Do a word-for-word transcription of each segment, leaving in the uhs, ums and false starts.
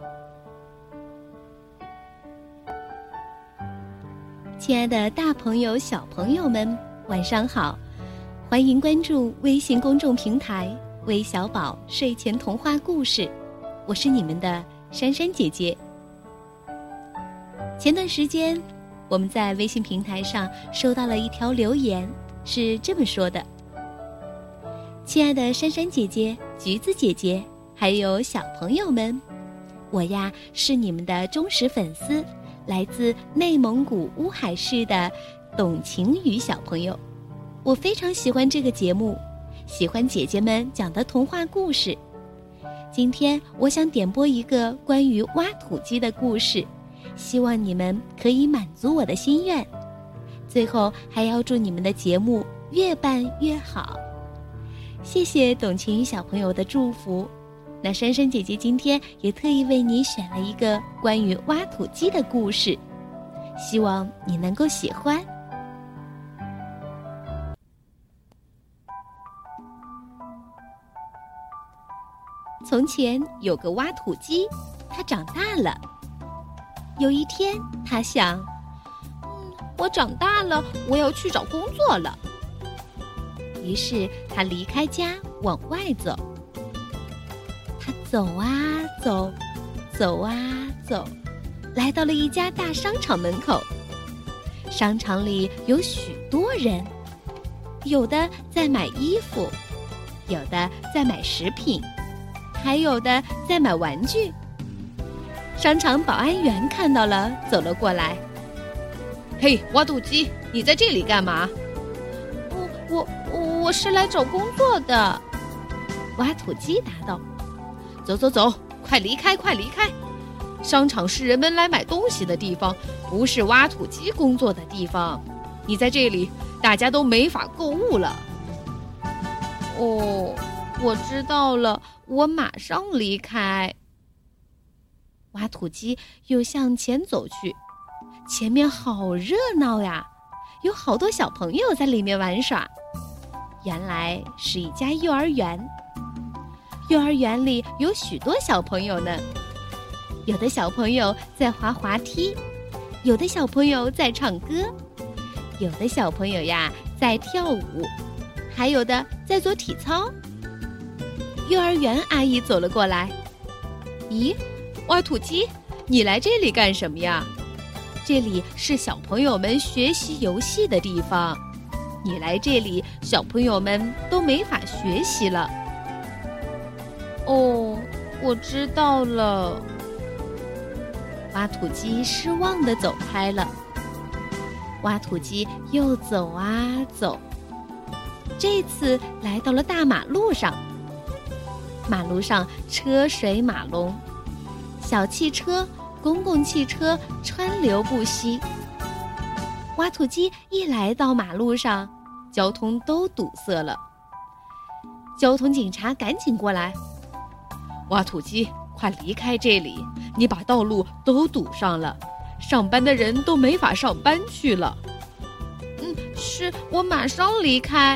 亲爱的大朋友小朋友们，晚上好，欢迎关注微信公众平台微小宝睡前童话故事，我是你们的珊珊姐姐。前段时间我们在微信平台上收到了一条留言，是这么说的：亲爱的珊珊姐姐、橘子姐姐还有小朋友们，我呀是你们的忠实粉丝，来自内蒙古乌海市的董晴雨小朋友。我非常喜欢这个节目，喜欢姐姐们讲的童话故事。今天我想点播一个关于挖土机的故事，希望你们可以满足我的心愿。最后还要祝你们的节目越办越好。谢谢董晴雨小朋友的祝福。那珊珊姐姐今天也特意为你选了一个关于挖土机的故事，希望你能够喜欢。从前有个挖土机，它长大了。有一天，它想，嗯，我长大了，我要去找工作了。于是，它离开家往外走。他走啊走，走啊走，来到了一家大商场门口。商场里有许多人，有的在买衣服，有的在买食品，还有的在买玩具。商场保安员看到了，走了过来。 嘿，挖土机，你在这里干嘛？ 我我我是来找工作的。 挖土机答道。 走走走，快离开快离开！商场是人们来买东西的地方，不是挖土机工作的地方。你在这里，大家都没法购物了。 哦，我知道了，我马上离开。 挖土机又向前走去，前面好热闹呀，有好多小朋友在里面玩耍。原来是一家幼儿园。幼儿园里有许多小朋友呢，有的小朋友在滑滑梯，有的小朋友在唱歌，有的小朋友呀在跳舞，还有的在做体操。幼儿园阿姨走了过来。 咦，挖土机，你来这里干什么呀？这里是小朋友们学习游戏的地方，你来这里，小朋友们都没法学习了。 哦，我知道了。 挖土机失望地走开了。挖土机又走啊走，这次来到了大马路上。马路上车水马龙，小汽车、公共汽车川流不息。挖土机一来到马路上，交通都堵塞了。交通警察赶紧过来。 挖土机，快离开这里！你把道路都堵上了，上班的人都没法上班去了。 嗯，是，我马上离开。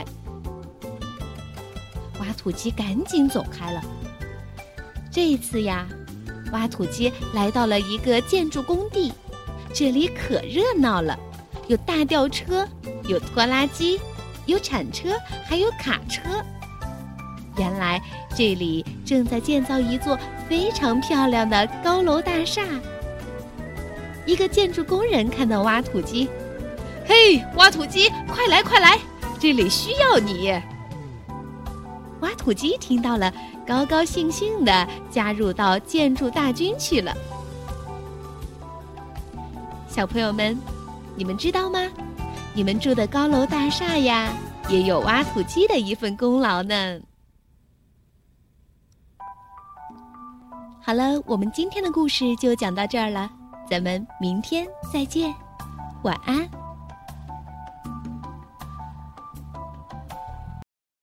挖土机赶紧走开了。这一次呀，挖土机来到了一个建筑工地，这里可热闹了，有大吊车，有拖拉机，有铲车，还有卡车。原来这里正在建造一座非常漂亮的高楼大厦。一个建筑工人看到挖土机， 嘿，挖土机，快来快来，这里需要你。 挖土机听到了，高高兴兴地加入到建筑大军去了。小朋友们，你们知道吗？你们住的高楼大厦呀，也有挖土机的一份功劳呢。好了，我们今天的故事就讲到这儿了，咱们明天再见，晚安。